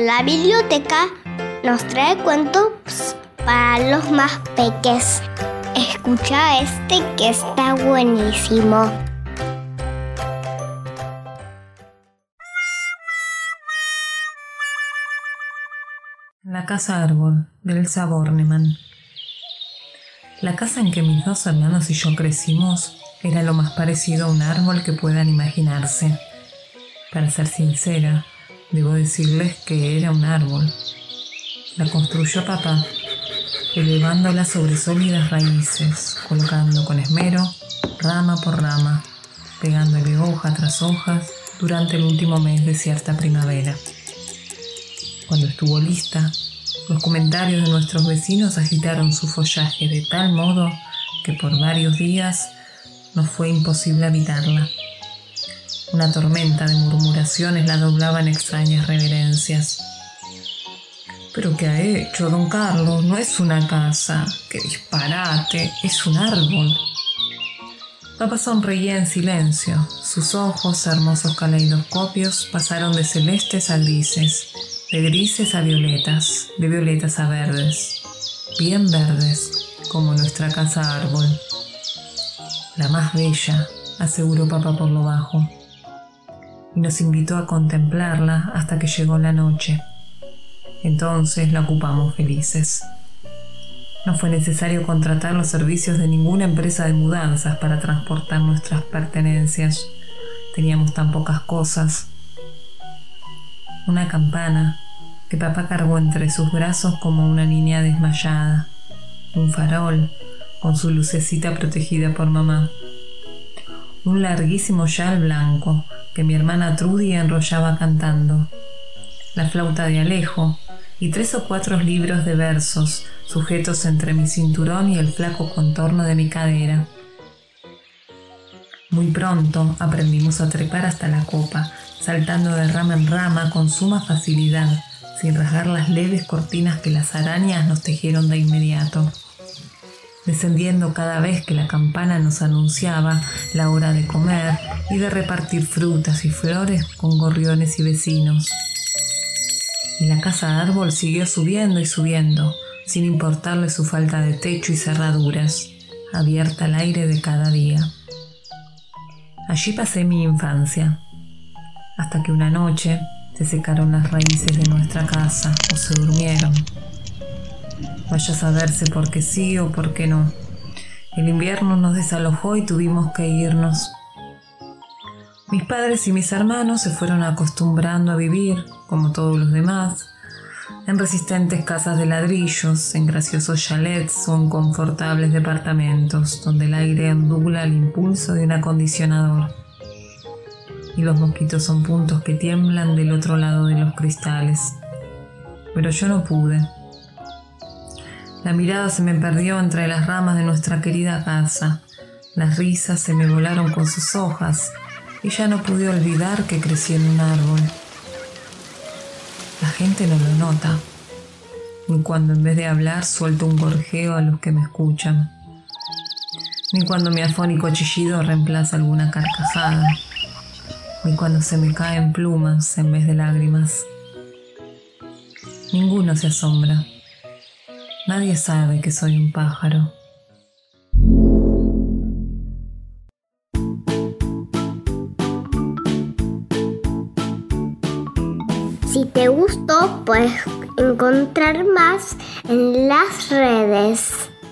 la biblioteca nos trae cuentos para los más peques. Escucha este que está buenísimo. La casa árbol, de Elsa Bornemann. La casa en que mis dos hermanos y yo crecimos era lo más parecido a un árbol que puedan imaginarse. Para ser sincera, debo decirles que era un árbol. La construyó papá, elevándola sobre sólidas raíces, colocando con esmero, rama por rama, pegándole hoja tras hoja durante el último mes de cierta primavera. Cuando estuvo lista, los comentarios de nuestros vecinos agitaron su follaje de tal modo que por varios días nos fue imposible habitarla. Una tormenta de murmuraciones la doblaba en extrañas reverencias. ¿Pero qué ha hecho, don Carlos? No es una casa. ¡Qué disparate! Es un árbol. Papá sonreía en silencio. Sus ojos, hermosos caleidoscopios, pasaron de celestes a grises, de grises a violetas, de violetas a verdes, bien verdes, como nuestra casa árbol. La más bella, aseguró papá por lo bajo, y nos invitó a contemplarla hasta que llegó la noche. Entonces la ocupamos felices. No fue necesario contratar los servicios de ninguna empresa de mudanzas para transportar nuestras pertenencias. Teníamos tan pocas cosas. Una campana que papá cargó entre sus brazos como una niña desmayada. Un farol con su lucecita protegida por mamá. Un larguísimo chal blanco que mi hermana Trudy enrollaba cantando. La flauta de Alejo y 3 o 4 libros de versos sujetos entre mi cinturón y el flaco contorno de mi cadera. Muy pronto aprendimos a trepar hasta la copa, saltando de rama en rama con suma facilidad, sin rasgar las leves cortinas que las arañas nos tejieron de inmediato, descendiendo cada vez que la campana nos anunciaba la hora de comer y de repartir frutas y flores con gorriones y vecinos. Y la casa árbol siguió subiendo y subiendo, sin importarle su falta de techo y cerraduras, abierta al aire de cada día. Allí pasé mi infancia, hasta que una noche se secaron las raíces de nuestra casa o se durmieron. Vaya a saberse por qué sí o por qué no. El invierno nos desalojó y tuvimos que irnos. Mis padres y mis hermanos se fueron acostumbrando a vivir, como todos los demás, en resistentes casas de ladrillos, en graciosos chalets o en confortables departamentos, donde el aire ondula al impulso de un acondicionador. Y los mosquitos son puntos que tiemblan del otro lado de los cristales. Pero yo no pude. La mirada se me perdió entre las ramas de nuestra querida casa. Las risas se me volaron con sus hojas y ya no pude olvidar que crecí en un árbol. La gente no lo nota, ni cuando en vez de hablar suelto un gorjeo a los que me escuchan, ni cuando mi afónico chillido reemplaza alguna carcajada, ni cuando se me caen plumas en vez de lágrimas. Ninguno se asombra. Nadie sabe que soy un pájaro. Si te gustó, puedes encontrar más en las redes.